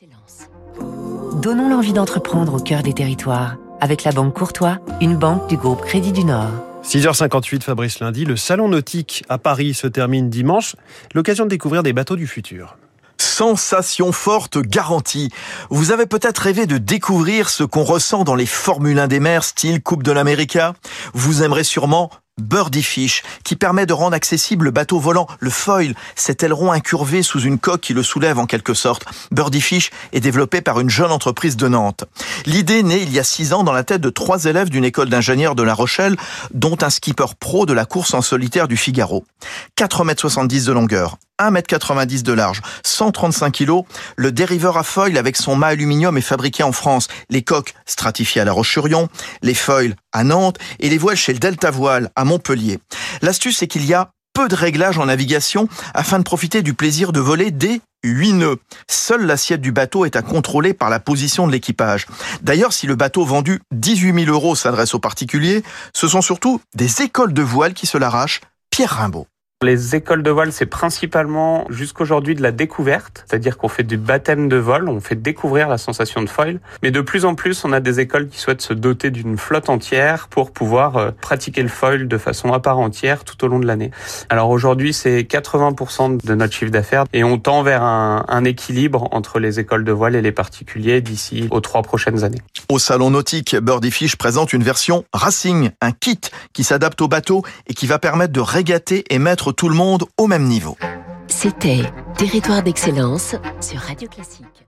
Donnons l'envie d'entreprendre au cœur des territoires. Avec la Banque Courtois, une banque du groupe Crédit du Nord. 6h58, Fabrice Lundi. Le salon nautique à Paris se termine dimanche. L'occasion de découvrir des bateaux du futur. Sensation forte garantie. Vous avez peut-être rêvé de découvrir ce qu'on ressent dans les Formule 1 des mers, style Coupe de l'America. Vous aimerez sûrement Birdie Fish, qui permet de rendre accessible le bateau volant, le foil, cet aileron incurvé sous une coque qui le soulève en quelque sorte. Birdie Fish est développé par une jeune entreprise de Nantes. L'idée naît il y a 6 ans dans la tête de 3 élèves d'une école d'ingénieurs de La Rochelle, dont un skipper pro de la course en solitaire du Figaro. 4,70 m de longueur, 1,90 m de large, 135 kg, le dériveur à foil avec son mât aluminium est fabriqué en France. Les coques stratifiées à La Roche-sur-Yon, les foils à Nantes et les voiles chez le Delta Voile à Montpellier. L'astuce, c'est qu'il y a peu de réglages en navigation afin de profiter du plaisir de voler dès 8 nœuds. Seule l'assiette du bateau est à contrôler par la position de l'équipage. D'ailleurs, si le bateau vendu 18 000 € s'adresse aux particuliers, ce sont surtout des écoles de voile qui se l'arrachent. Pierre Rimbaud. Les écoles de voile, c'est principalement jusqu'aujourd'hui de la découverte, c'est-à-dire qu'on fait du baptême de vol, on fait découvrir la sensation de foil. Mais de plus en plus, on a des écoles qui souhaitent se doter d'une flotte entière pour pouvoir pratiquer le foil de façon à part entière tout au long de l'année. Alors aujourd'hui, c'est 80% de notre chiffre d'affaires et on tend vers un équilibre entre les écoles de voile et les particuliers d'ici aux 3 prochaines années. Au salon nautique, Birdie Fish présente une version racing, un kit qui s'adapte au bateau et qui va permettre de régater et mettre tout le monde au même niveau. C'était Territoire d'excellence sur Radio Classique.